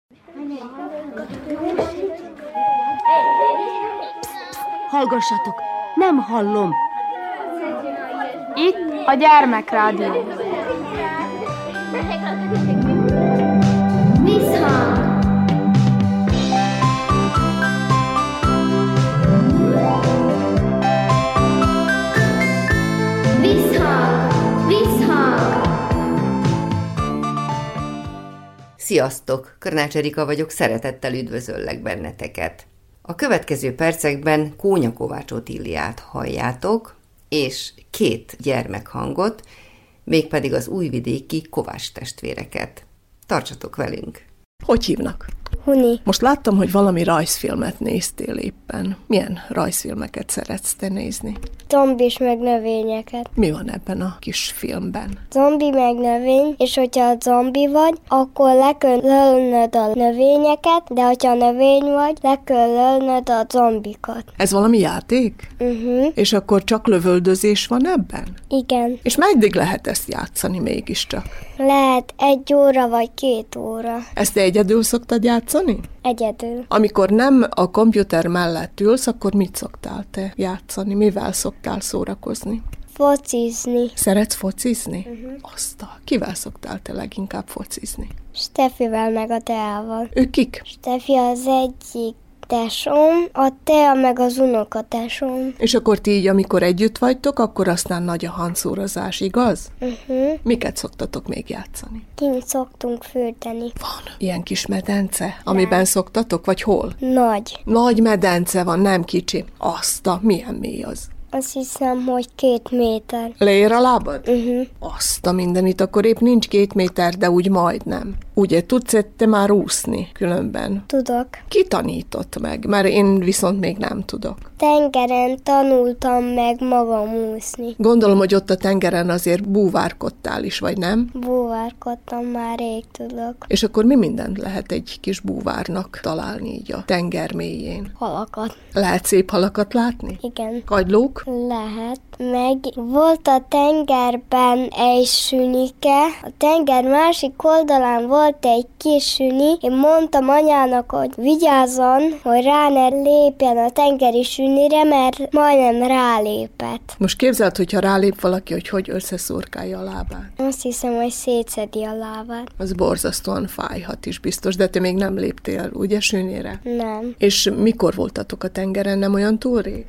Hallgassatok, nem hallom. Itt a Gyermekrádió. Visszhang! Visszhang! Visszhang! Sziasztok! Körnács Erika vagyok, szeretettel üdvözöllek benneteket. A következő percekben Kónya Kovács Otíliát halljátok, és 2 gyermekhangot, mégpedig az újvidéki Kovács testvéreket. Tartsatok velünk! Hogy hívnak? Huni. Most láttam, hogy valami rajzfilmet néztél éppen. Milyen rajzfilmeket szeretsz te nézni? Zombis meg növényeket. Mi van ebben a kis filmben? Zombi meg növény, és hogyha zombi vagy, akkor le kell lölnöd a növényeket, de hogyha növény vagy, le kell lölnöd a zombikat. Ez valami játék? És akkor csak lövöldözés van ebben? Igen. És meddig lehet ezt játszani mégiscsak? Lehet 1 óra vagy 2 óra. Ezt te egyedül szoktad játszani? Egyedül. Amikor nem a komputer mellett ülsz, akkor mit szoktál te játszani? Mivel szoktál szórakozni? Focizni. Szeretsz focizni? Kivel szoktál te leginkább focizni? Stefivel meg a Teával. Ők kik? Stefi az egyik tesóm, a Tea meg az unokatesóm. És akkor ti így, amikor együtt vagytok, akkor aztán nagy a hancórozás, igaz? Miket szoktatok még játszani? Kint szoktunk fürdeni. Van ilyen kis medence, amiben szoktatok, vagy hol? Nagy. Nagy medence van, nem kicsi. Milyen mély az? Azt hiszem, hogy 2 méter. Leér a lábad? Azt a mindenit, akkor épp nincs 2 méter, de úgy majdnem. Ugye, tudsz te már úszni különben? Tudok. Ki tanított meg? Mert én viszont még nem tudok. Tengeren tanultam meg magam úszni. Gondolom, hogy ott a tengeren azért búvárkodtál is, vagy nem? Búvárkodtam, már rég tudok. És akkor mi mindent lehet egy kis búvárnak találni így a tenger mélyén? Halakat. Lehet szép halakat látni? Igen. Kagylók? Lehet. Meg volt a tengerben egy sünike, a tenger másik oldalán volt egy kis süni. Én mondtam anyának, hogy vigyázzon, hogy rá ne lépjen a tengeri sünire, mert majdnem rálépett. Most képzeld, hogyha rálép valaki, hogy összeszurkálja a lábát. Azt hiszem, hogy szétszedi a lábát. Az borzasztóan fájhat is biztos, de te még nem léptél, ugye, sünire? Nem. És mikor voltatok a tengeren, nem olyan túl rég?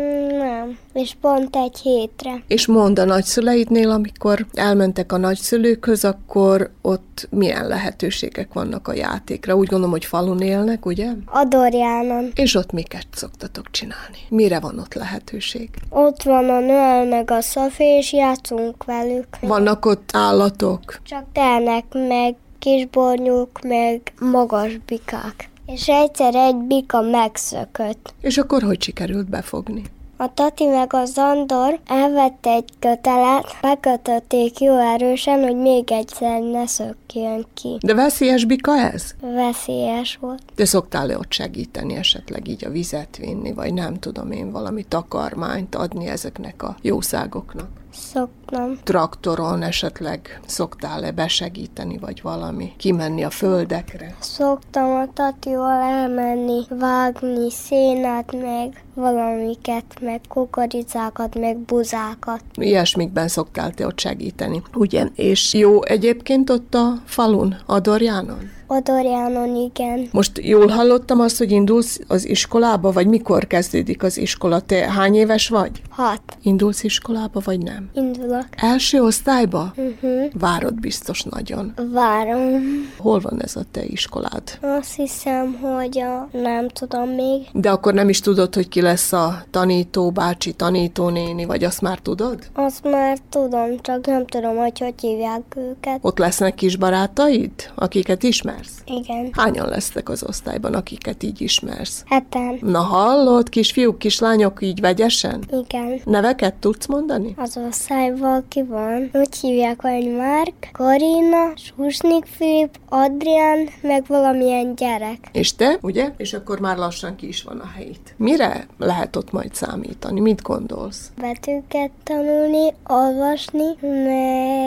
Nem. És pont 1 hétre. És mondd a nagyszüleidnél, amikor elmentek a nagyszülőkhöz, akkor ott milyen lehetőségek vannak a játékra? Úgy gondolom, hogy falun élnek, ugye? A Dorjánon. És ott miket szoktatok csinálni? Mire van ott lehetőség? Ott van a Noel meg a Szafi, és játszunk velük. Vannak ott állatok? Csak telnek meg kisbornyúk, meg magas bikák. És egyszer egy bika megszökött. És akkor hogy sikerült befogni? A Tati meg a Zandor elvette egy kötelet, bekötötték jó erősen, hogy még egyszer ne szökjön ki. De veszélyes bika ez? Veszélyes volt. De szoktál-e ott segíteni, esetleg így a vizet vinni, vagy nem tudom én, valami takarmányt adni ezeknek a jószágoknak? Szoktam. Traktoron esetleg szoktál-e besegíteni, vagy valami? Kimenni a földekre? Szoktam a Tatival elmenni, vágni szénát, meg valamiket, meg kukoricákat, meg buzákat. Ilyesmikben szoktál te ott segíteni, ugye? És jó egyébként ott a falun, a Dorjánon? A Dorjánon, igen. Most jól hallottam azt, hogy indulsz az iskolába, vagy mikor kezdődik az iskola? Te hány éves vagy? 6. Indulsz iskolába, vagy nem? Indulok. Első osztályba? Várod biztos nagyon. Várom. Hol van ez a te iskolád? Azt hiszem, hogy nem tudom még. De akkor nem is tudod, hogy ki lesz a tanító, bácsi, tanítónéni, vagy azt már tudod? Azt már tudom, csak nem tudom, hogy hívják őket. Ott lesznek kis barátaid, akiket ismersz? Igen. Hányan lesznek az osztályban, akiket így ismersz? 7. Na hallod, kisfiúk, kislányok így vegyesen? Igen. Neveket tudsz mondani? Az osztályban ki van. Úgy hívják, hogy Márk, Karina, Susnik Filip, Adrián, meg valamilyen gyerek. És te, ugye? És akkor már lassan ki is van a helyét. Mire lehet ott majd számítani? Mit gondolsz? Betűket tanulni, olvasni, meg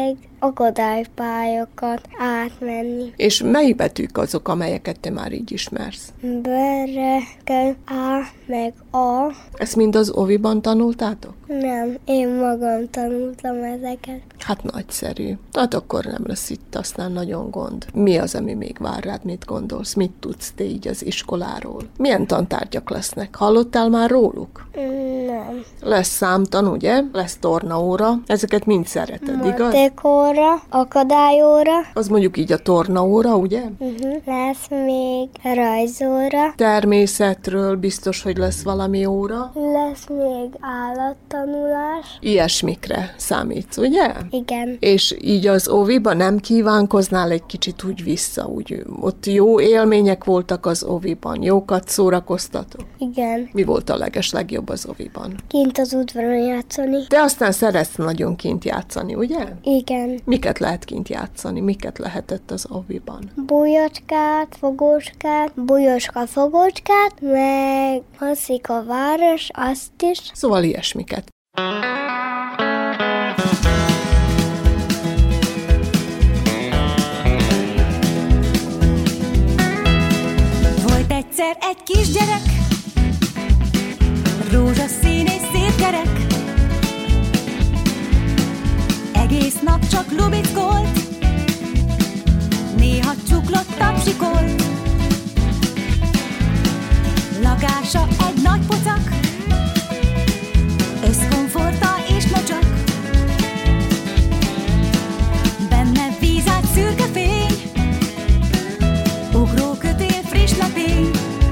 akadálypályakat átmenni. És mely betűk azok, amelyeket te már így ismersz? Bereke, A, meg A. Ezt mind az oviban tanultátok? Nem, én magam tanultam ezeket. Hát nagyszerű. Hát akkor nem lesz itt aztán nagyon gond. Mi az, ami még vár rád, mit gondolsz? Mit tudsz te így az iskoláról? Milyen tantárgyak lesznek? Hallottál már róluk? Nem. Lesz számtan, ugye? Lesz tornaóra. Ezeket mind szereted, igaz? Matekóra, akadályóra. Az mondjuk így a tornaóra, ugye? Lesz még rajzóra. Természetről biztos, hogy lesz valami óra. Lesz még állattanulás. Ilyesmikre számítsz, ugye? Igen. És így az oviba nem kívánkoznál egy kicsit úgy vissza, úgy ott jó élmények voltak az oviban, jókat szórakoztatok? Igen. Mi volt a legjobb az oviban? Kint az udvaron játszani. De aztán szeretsz nagyon kint játszani, ugye? Igen. Miket lehet kint játszani? Miket lehetett az oviban? Bújocskát, fogócskát, bújoska fogócskát, meg haszik a város, azt is. Szóval ilyesmiket. Volt egyszer egy kisgyerek, rózsaszín és szép gyerek. Egész nap csak lubickolt, néha csuklott, tapsikolt. Lakása egy nagy pocak, összkomforta és mocsak. Benne vízát szürke fény, ugrókötél friss lepény.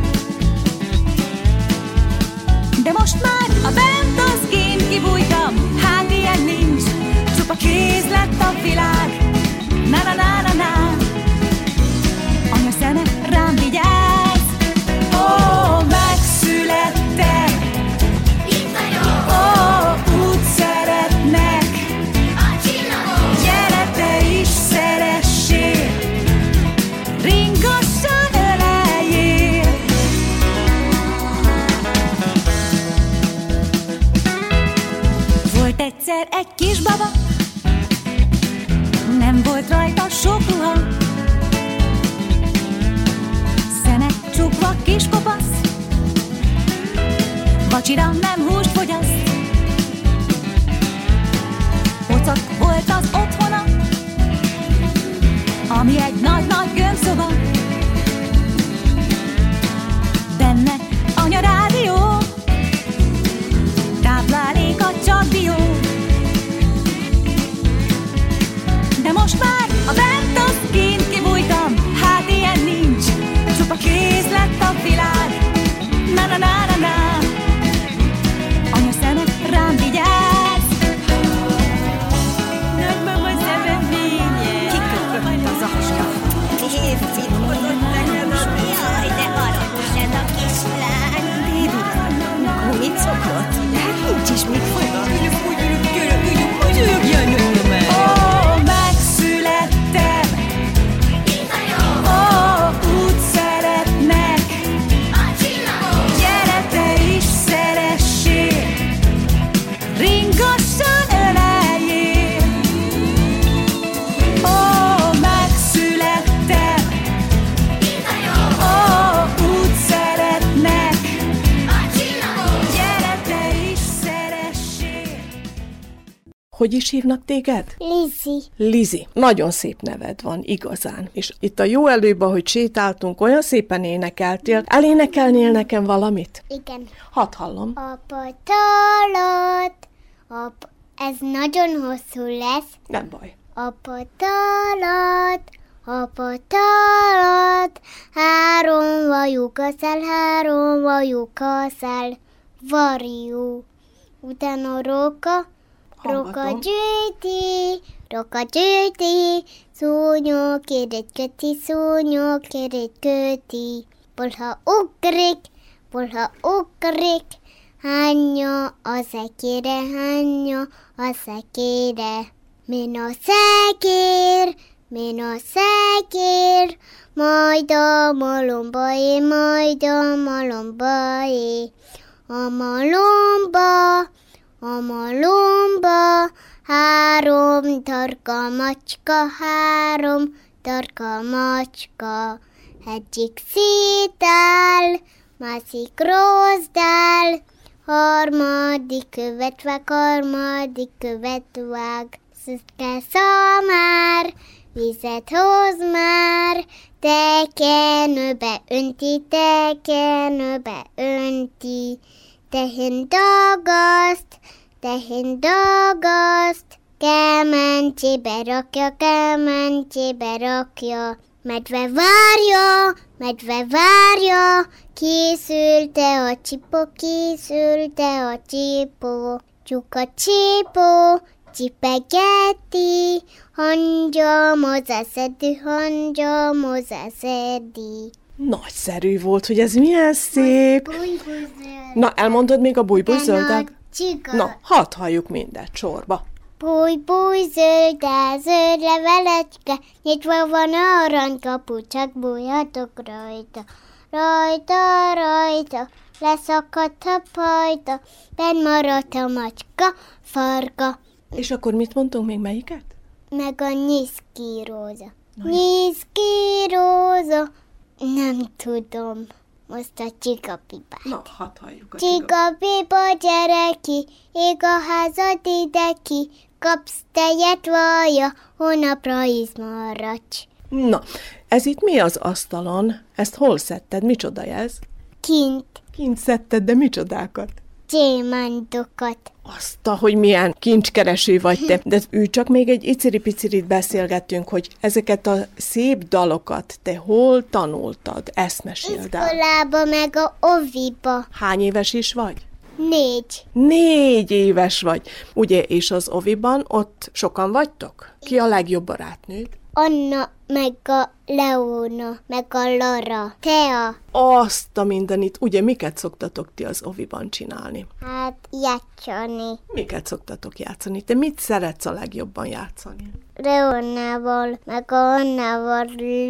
De most már a bent az kint kibújtam, hát ilyen nincs, csupa kéz lett a világ. Na-na-na-na-na, anya szeme rám vigyáz. Ó, megszülettem, itt vagyok. Ó, úgy szeretnek, a csillagok. Gyere te is szeressél, ringassan öleljél. Volt egyszer egy kis baba, nem volt rajta sok ruha, szemek csukva, kis kopasz, vacsira nem húst fogyaszt. Pocak volt az otthona, ami egy nagy-nagy gömbszoba. Benne anya rádió, tápláléka csak dió. De most már a bent az kint kibújtam, hát ilyen nincs, csupa kéz lett a világ. Na-na-na-na-na, anya szeme rám vigyáz. Nagymama szeme fénye, kiköpött az aska. Miért citkodott neked a jaj, de aranyos ez a kislány. Dédi, gumit szokott? Hát nincs is még fogyott. Ó, megszülettem, ó, úgy szeretnek, a csillagok. Gyere te is szeressél, ringassan öleljél. Ó, megszülettem, ó, úgy szeretnek, a csillagok. Gyere te is szeressél. Hogy is hívnak téged? Lizi. Lizi. Nagyon szép neved van, igazán. És itt a jó előbb, ahogy sétáltunk, olyan szépen énekeltél. Elénekelnél nekem valamit? Igen. Hadd hallom. Apa talat. Ez nagyon hosszú lesz. Nem baj. Apa talat. Apa talat. Három vajuk a szel, három vajuk a szel. Varjú. Utána roka. Roka gyűjti, szúnyogért köti, polha ugrik, hányja a szekére, min a szekér, majd a malombaé, a malomba, három tarka macska, három tarka macska. Egyik szétáll, másik rozdál, harmadik követ vág, harmadik követ vág. Szüszke szamár, vizet hoz már, tekenőbe önti, tekenőbe önti. Tehén dagaszt, tehén dagaszt, kemencsébe rakja, kemencsébe rakja. Medve várja, készülte a csipó, készülte a csipó. Tyúka csipó, csipegeti, hangyom hozzászedi, hangyom hozzászedi. Nagyszerű volt, hogy ez milyen szép. Na, elmondod még a bújbúj-zöldág? Na, hadd halljuk mindet sorba. Bújbúj, zölde, zöld levelecske, nyitva van a aranykapu, csak bújjatok rajta. Rajta, rajta, leszakadt a pajta, benn maradt a macska, farka. És akkor mit mondtunk még, melyiket? Meg a nyiszkíróza. Nyiszkíróza, nem tudom. Most a csigapipát. Na, hadd halljuk a Csigapipa, gyere ki, ég a házad ide ki, kapsz tejet vaja, hónapra izmaracs. Na, ez itt mi az asztalon? Ezt hol szedted? Micsoda ez? Kint Kint szedted, de micsodákat? gyémántokat. Azt, hogy milyen kincskereső vagy te. De ő csak még egy iciri-picirit beszélgettünk, hogy ezeket a szép dalokat te hol tanultad? Ezt meséld el. Iskolába meg a oviba. Hány éves is vagy? 4. 4 éves vagy. Ugye, és az oviban ott sokan vagytok? Ki a legjobb barátnőd? Anna, meg a Leona, meg a Lara. Tea. Azt a mindenit. Ugye, miket szoktatok ti az oviban csinálni? Hát játszani. Miket szoktatok játszani? Te mit szeretsz a legjobban játszani? Leonával, meg a Annával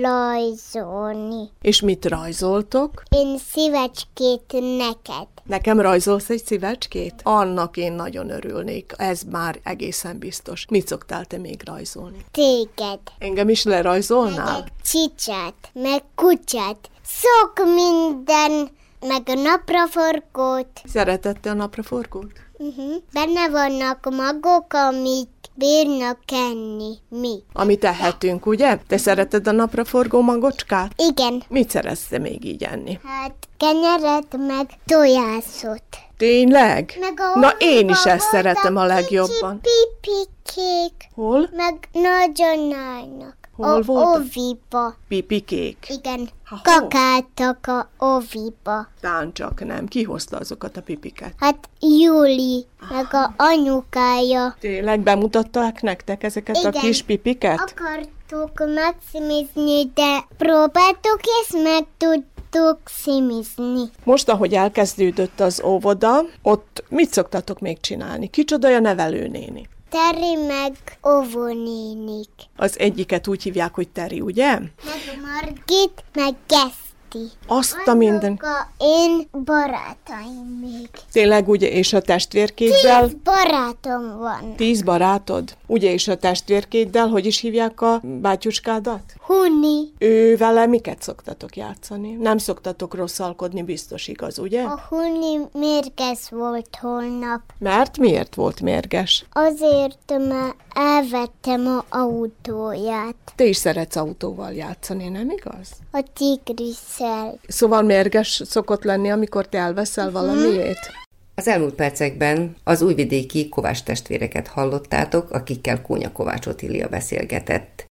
rajzolni. És mit rajzoltok? Én szívecskét neked. Nekem rajzolsz egy szívecskét? Annak én nagyon örülnék, ez már egészen biztos. Mit szoktál te még rajzolni? Téged. Engem is lerajzolnál? Meg csicsát, meg kutyát. Sok minden, meg a napraforgót. Szereted te a napraforgót? Benne vannak magok, amik bírnak enni. Mi? Amit ehetünk, ugye? Te szereted a napraforgó magocskát? Igen. Mit szeretsz te még így enni? Hát kenyeret, meg tojászot. Tényleg? Meg a Na én oviba is ezt szeretem a voltak legjobban. kicsi pipikék, Hol? meg nagyon nagynak. Hol voltak? Oviba. Pipikék. Igen. Ha, hol? Kakáltak a oviba. Tán csak nem. Ki hozta azokat a pipiket? Hát Júli, meg a anyukája. Tényleg bemutatták nektek ezeket a Igen. kis pipiket? Akartuk megszimizni, de próbáltuk, és meg tudtuk szimizni. Most, ahogy elkezdődött az óvoda, ott mit szoktatok még csinálni? Kicsoda a nevelőnéni? Teri meg óvónénik. Az egyiket úgy hívják, hogy Teri, ugye? Meg Margit, meg Geszti. Azt a minden... Azok a én barátaim még. Tényleg, ugye, és a testvérkéddel? 10 barátom van. 10 barátod? Ugye, és a testvérkéddel, hogy is hívják a bátyuskádat? Huni. Ő vele miket szoktatok játszani? Nem szoktatok rosszalkodni, biztos igaz, ugye? A Huni mérges volt holnap. Mert miért volt mérges? Azért, mert elvettem az autóját. Te is szeretsz autóval játszani, nem igaz? A tigrisszel. Szóval mérges szokott lenni, amikor te elveszel valamiét? Az elmúlt percekben az újvidéki Kovács testvéreket hallottátok, akikkel Kónya Kovács Otília beszélgetett.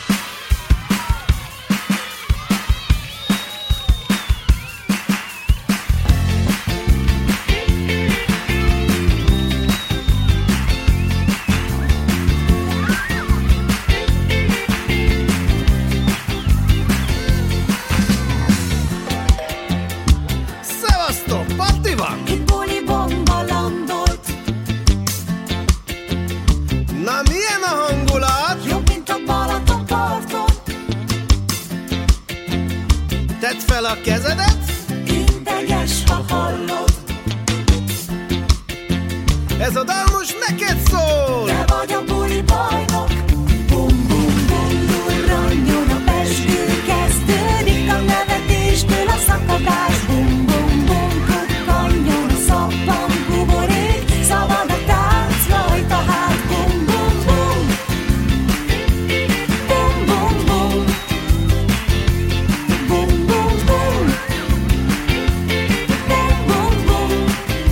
Szevasztok, Patti van! Itt buliban balandolt, Na milyen a hangulat? jobb, mint a Balatonparton. Tedd fel a kezedet, Ideges, ha hallod, ez a dal most neked szól. Te vagy a buli bajnok. Bum, bum, bum, durranjon a pezsgő. Kezdődik a nevetéstől a szakadás. Bum, bum, bum, kukkanjon a szappan buborék. Szabad a tánc rajta hát. Bum, bum, bum. Bum, bum, bum. Bum, bum, bum. Bum, bum,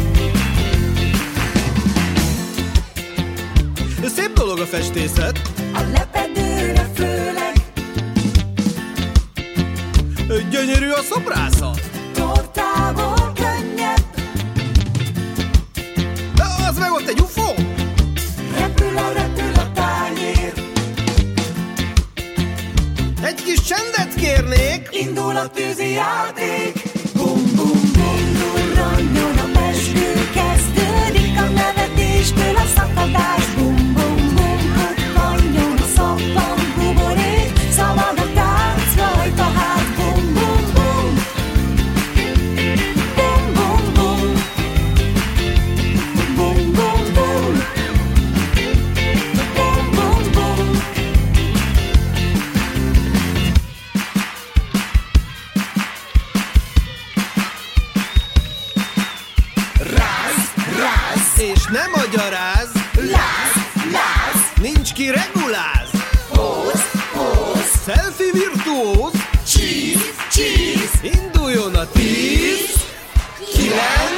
bum. Szép dolog a festészet. A lepedőre főleg Gyönyörű a szobrászat. tortából könnyebb. De az meg ott egy UFO. Repül a tányér. Egy kis csendet kérnék. Indul a tűzi játék. Bum, bum, bum, durranjon a pezsgő. Kezdődik a nevetéstől a szakadás. Bum, bum, bum, kukkanjon a szappan buborék. Szabad a tánc rajta hát. Bum, bum, bum. Bum, bum, bum. Bum, bum, bum. Bum, bum, bum. Ráz, és nem magyaráz. Láz, Nincs ki reguláz. póz, Selfie virtuóz. cheese. Induljon a 10, 9,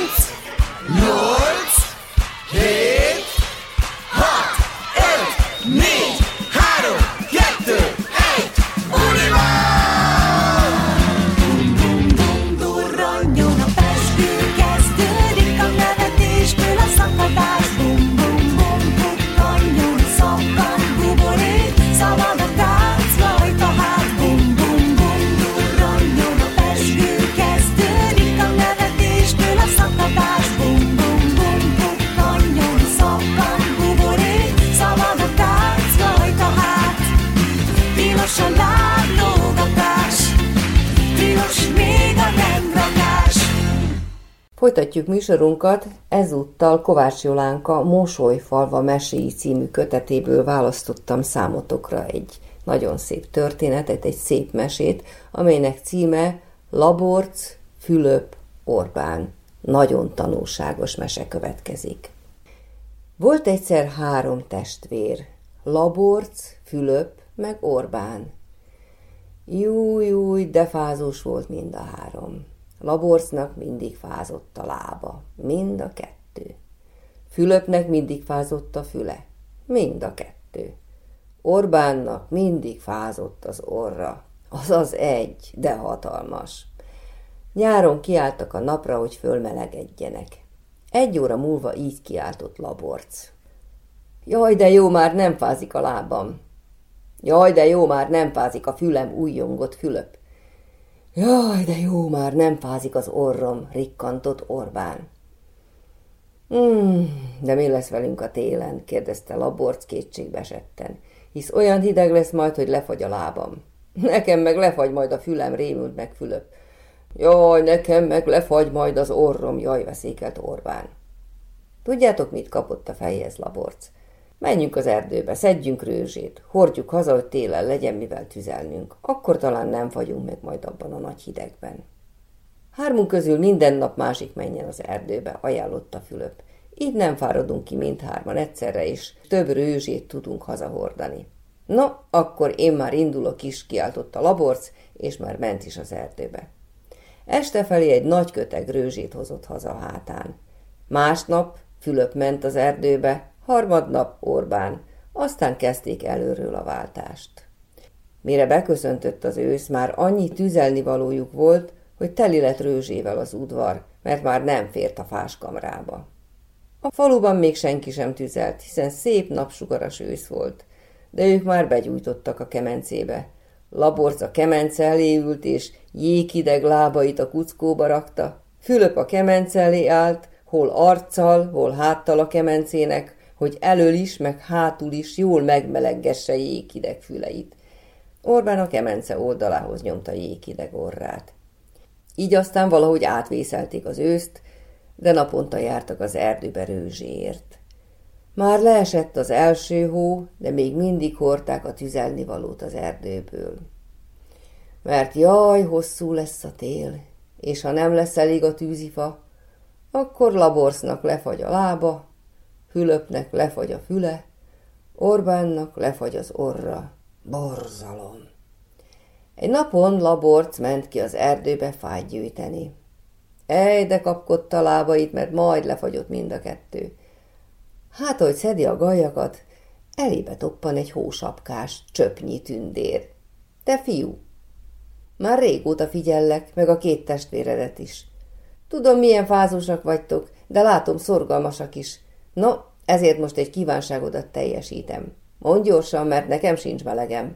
8, 7, 6, 5, 4, 3, 2, 1. Buliban! Bum, bum, bum, durranjon a pezsgő. Kezdődik a nevetéstől a szakadás. Bum, bum, bum, kukkanjon a szappan buborék. Szabad a tánc rajta hát. Bum, bum, bum, durranjon a pezsgő. Kezdődik a nevetéstől a szakadás. Bum, bum, bum, kukkanjon a szappan buborék. Szabad a tánc rajta hát. Tilos a láblógatás, tilos még a nemrakás. Folytatjuk műsorunkat, ezúttal Kovács Jolánka Mosolyfalva meséi című kötetéből választottam számotokra egy nagyon szép történetet, egy szép mesét, amelynek címe Laborc, Fülöp, Orbán. Nagyon tanulságos mese következik. Volt egyszer 3 testvér, Laborc, Fülöp meg Orbán. Júj, de fázós volt mind a 3. Laborcnak mindig fázott a lába, mind a 2. Fülöpnek mindig fázott a füle, mind a 2. Orbánnak mindig fázott az orra, azaz egy, de hatalmas. Nyáron kiálltak a napra, hogy fölmelegedjenek. 1 óra múlva így kiáltott Laborc. Jaj, de jó, már nem fázik a lábam. Jaj, de jó, már nem fázik a fülem, újjongott Fülöp. Jaj, de jó, már nem fázik az orrom, rikkantott Orbán. De mi lesz velünk a télen? Kérdezte Laborc kétségbeesetten. Hisz olyan hideg lesz majd, hogy lefagy a lábam. Nekem meg lefagy majd a fülem, rémült meg Fülöp. Jaj, nekem meg lefagy majd az orrom, jaj, veszékelt Orbán. Tudjátok, mit kapott a fejhez Laborc? Menjünk az erdőbe, szedjünk rőzsét, hordjuk haza, hogy télen legyen mivel tüzelnünk. Akkor talán nem fagyunk meg majd abban a nagy hidegben. 3 közül minden nap másik menjen az erdőbe, ajánlotta Fülöp. Így nem fáradunk ki mindhárman egyszerre, és több rőzsét tudunk hazahordani. No, akkor én már indulok is, kiáltotta Laborc, és már ment is az erdőbe. Este felé egy nagy köteg rőzsét hozott haza a hátán. Másnap Fülöp ment az erdőbe, harmadnap Orbán, aztán kezdték előről a váltást. Mire beköszöntött az ősz, már annyi tüzelnivalójuk volt, hogy teli lett rőzsével az udvar, mert már nem fért a fáskamrába. A faluban még senki sem tüzelt, hiszen szép napsugaras ősz volt, de ők már begyújtottak a kemencébe. Laborc a kemence elé ült, és jéghideg lábait a kuckóba rakta. Fülöp a kemence elé állt, hol arccal, hol háttal a kemencének, hogy elől is, meg hátul is jól megmeleggesse jéghideg füleit. Orbán a kemence oldalához nyomta jéghideg orrát. Így aztán valahogy átvészelték az őszt, de naponta jártak az erdőbe rőzséért. Már leesett az első hó, de még mindig hordták a tüzelnivalót az erdőből. Mert jaj, hosszú lesz a tél, és ha nem lesz elég a tűzifa, akkor Laborcnak lefagy a lába, Fülöpnek lefagy a füle, Orbánnak lefagy az orra. Borzalom! Egy napon Laborc ment ki az erdőbe fát gyűjteni. De kapkodta a lábait, mert majd lefagyott mind a kettő. Hát, ahogy szedi a gajakat, elébe toppan egy hósapkás, csöpnyi tündér. Te fiú! Már régóta figyellek, meg a két testvéredet is. Tudom, milyen fázósak vagytok, de látom, szorgalmasak is. No, ezért most egy kívánságodat teljesítem. Mondj gyorsan, mert nekem sincs melegem.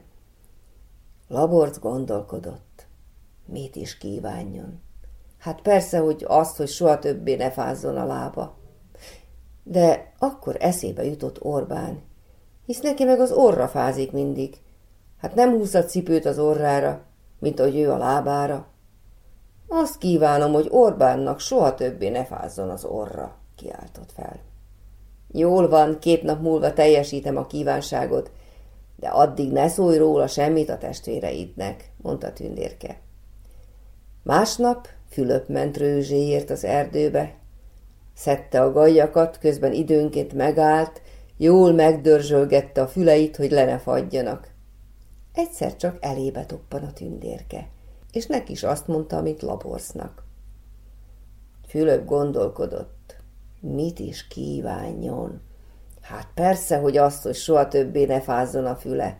Laborc gondolkodott. Mit is kívánjon? Hát persze, hogy azt, hogy soha többé ne fázzon a lába. De akkor eszébe jutott Orbán, hisz neki meg az orra fázik mindig. Hát nem húzhat cipőt az orrára, mint ahogy ő a lábára. Azt kívánom, hogy Orbánnak soha többé ne fázzon az orra, kiáltott fel. Jól van, 2 nap múlva teljesítem a kívánságot, de addig ne szólj róla semmit a testvéreidnek, mondta Tündérke. Másnap Fülöp ment rőzséért az erdőbe, szedte a gajjakat, közben időnként megállt, jól megdörzsölgette a füleit, hogy le ne fagyjanak. Egyszer csak elébe toppan a Tündérke, és neki is azt mondta, amit Laborcnak. Fülöp gondolkodott, mit is kívánjon. Hát persze, hogy azt, hogy soha többé ne fázzon a füle.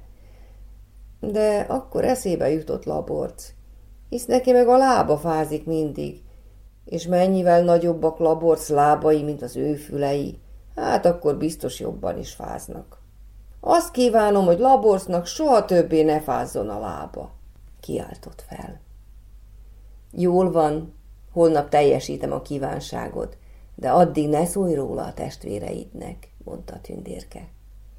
De akkor eszébe jutott Laborc, hisz neki meg a lába fázik mindig, és mennyivel nagyobbak Laborc lábai, mint az ő fülei, hát akkor biztos jobban is fáznak. Azt kívánom, hogy Laborcnak soha többé ne fázzon a lába, kiáltott fel. Jól van, holnap teljesítem a kívánságot, de addig ne szólj róla a testvéreidnek, mondta Tündérke.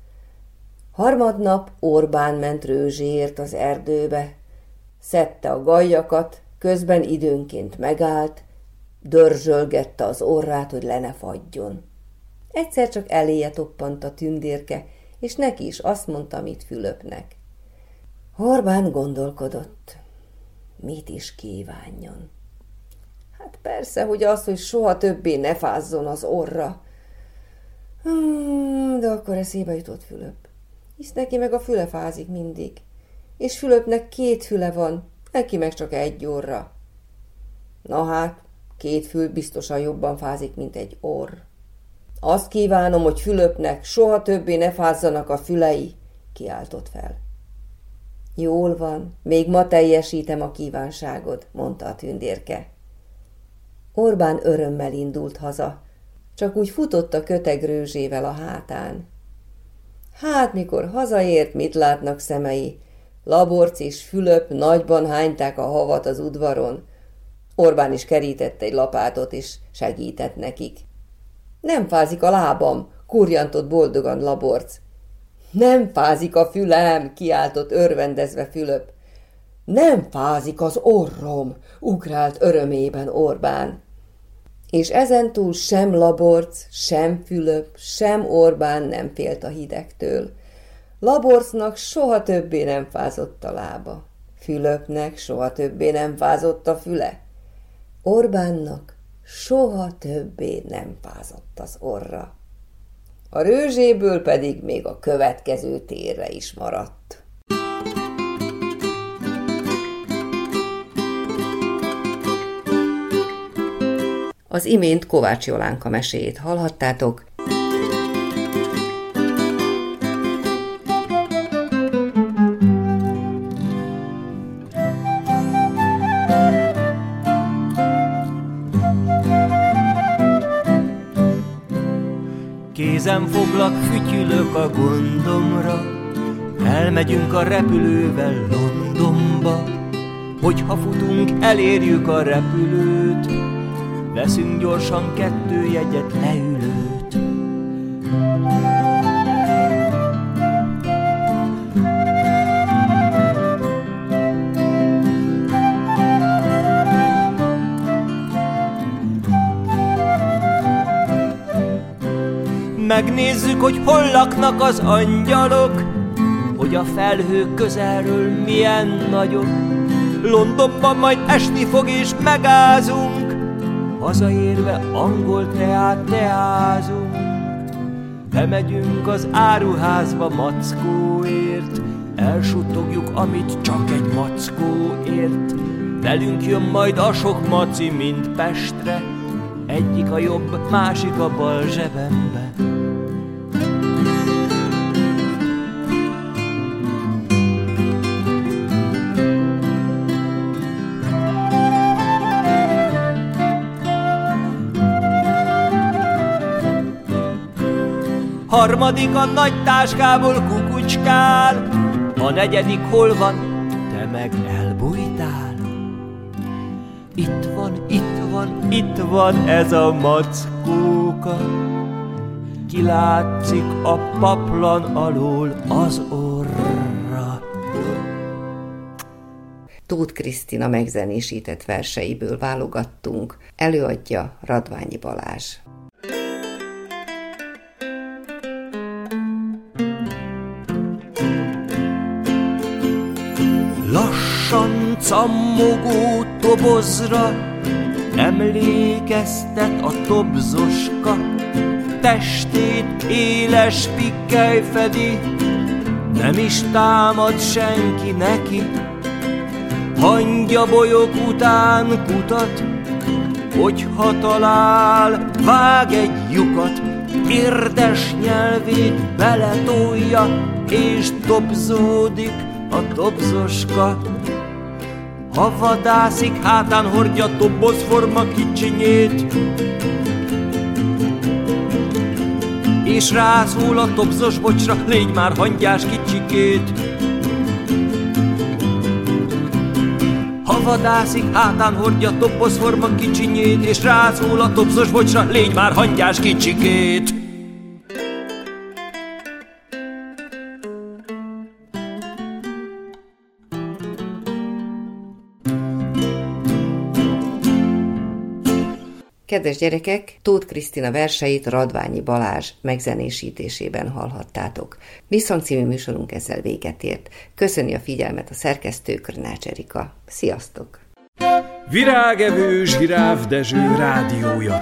Harmadnap Orbán ment rőzséért az erdőbe, szedte a gajjakat, közben időnként megállt, dörzsölgette az orrát, hogy le ne fagyjon. Egyszer csak eléje toppant a Tündérke, és neki is azt mondta, amit Fülöpnek. Orbán gondolkodott, mit is kívánjon. Hát persze, hogy az, hogy soha többé ne fázzon az orra. De akkor eszébe jutott Fülöp, hisz neki meg a füle fázik mindig, és Fülöpnek 2 füle van, neki meg csak 1 orra. Na hát, 2 fül biztosan jobban fázik, mint egy orr. Azt kívánom, hogy Fülöpnek soha többé ne fázzanak a fülei, kiáltott fel. Jól van, még ma teljesítem a kívánságod, mondta a Tündérke. Orbán örömmel indult haza, csak úgy futott a kötegrőzsével a hátán. Hát, mikor hazaért, mit látnak szemei? Laborc és Fülöp nagyban hányták a havat az udvaron. Orbán is kerített egy lapátot, és segített nekik. Nem fázik a lábam, kurjantott boldogan Laborc. Nem fázik a fülem, kiáltott örvendezve Fülöp. Nem fázik az orrom, ugrált örömében Orbán. És ezentúl sem Laborc, sem Fülöp, sem Orbán nem félt a hidegtől. Laborcnak soha többé nem fázott a lába, Fülöpnek soha többé nem fázott a füle, Orbánnak soha többé nem fázott az orra. A rőzséből pedig még a következő térre is maradt. Az imént Kovács Jolánka meséjét hallhattátok. Kézen foglak, fütyülök a gondomra, elmegyünk a repülővel Londonba. Hogyha futunk, elérjük a repülőt, veszünk gyorsan 2 jegyet, leülőt. megnézzük, hogy hol laknak az angyalok, hogy a felhők közelről milyen nagyok. Londonban majd esni fog és megázunk, hazaérve angol teát teázunk. Bemegyünk az áruházba mackóért, elsuttogjuk, amit csak egy mackó ért. Velünk jön majd a sok maci, mint Pestre, egyik a jobb, másik a bal zsebembe. Harmadik a nagy táskából kukucskál, a negyedik hol van, te meg elbújtál. Itt van, itt van, itt van ez a mackóka, kilátszik a paplan alól az orra. Tóth Krisztina megzenésített verseiből válogattunk, előadja Radványi Balázs. Lassan cammogó tobozra emlékeztet a tobzoska, testét éles pikkely fedi, nem is támad senki neki. Hangyabolyok után kutat, hogyha talál, vág egy lyukat, érdes nyelvét beletolja, és dobzódik a dobzoska. Ha vadászik, hátán hordja dobozforma kicsinyét, és rászól a dobzos bocsra, légy már hangyás kicsikét. Ha vadászik, hátán hordja dobozforma kicsinyét, és rászól a dobzos bocsra, légy már hangyás kicsikét. Kedves gyerekek, Tóth Krisztina verseit Radványi Balázs megzenésítésében hallhattátok. Visszhang című műsorunk ezzel véget ért. Köszöni a figyelmet a szerkesztő, Krnács Erika. Sziasztok! Virágevő Zsiráf Dezső rádiója.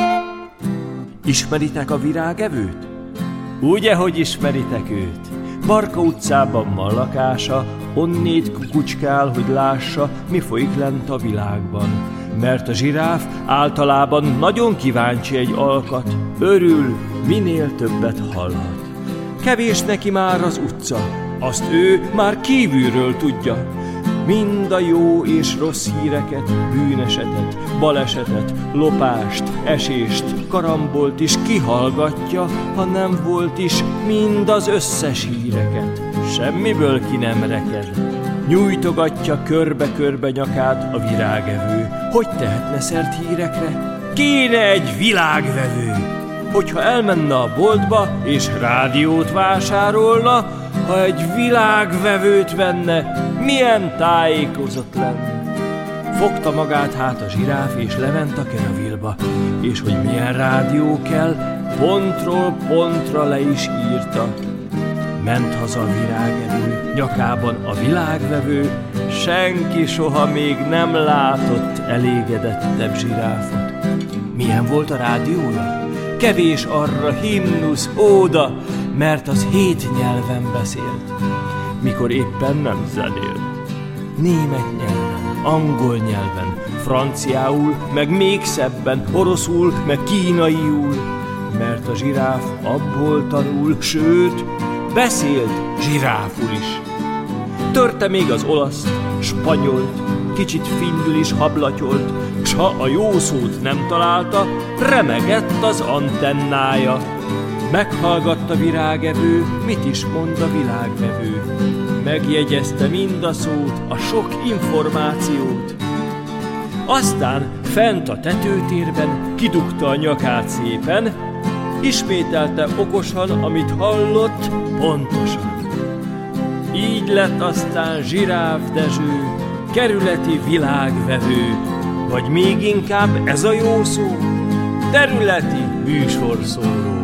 Ismeritek a virágevőt? Ugye, hogy ismeritek őt? Barka utcában van lakása, onnét kukucskál, hogy lássa, mi folyik lent a világban. Mert a zsiráf általában nagyon kíváncsi egy alkat, örül, minél többet hallhat. Kevés neki már az utca, azt ő már kívülről tudja. Mind a jó és rossz híreket, bűnesetet, balesetet, lopást, esést, karambolt is kihallgatja, ha nem volt is, mind az összes híreket. Semmiből ki nem reked. Nyújtogatja körbe-körbe nyakát a virágevő. Hogy tehetne szert hírekre? Kéne egy világvevő. Hogyha elmenne a boltba és rádiót vásárolna, ha egy világvevőt venne, milyen tájékozott lenne. Fogta magát hát a zsiráf és lement a Keravilba, és hogy milyen rádió kell, pontról pontra le is írta. Ment haza a virágevő, nyakában a világvevő, senki soha még nem látott elégedettebb zsiráfot. Milyen volt a rádiója? Kevés arra himnusz, óda, mert az 7 nyelven beszélt, mikor éppen nem zenélt. Német nyelven, angol nyelven, franciául, meg még szebben, oroszul, meg kínaiul, mert a zsiráf abból tanul, sőt, beszélt zsiráful is. Törte még az olaszt, spanyolt, kicsit finnül is hablatyolt, s ha a jó szót nem találta, remegett az antennája. Meghallgatta virágevő, mit is mond a világvevő. Megjegyezte mind a szót, a sok információt. Aztán fent a tetőtérben kidugta a nyakát szépen, ismételte okosan, amit hallott, pontosan. Így lett aztán Zsiráf Dezső, kerületi világvevő, vagy még inkább ez a jó szó, területi műsorszóró.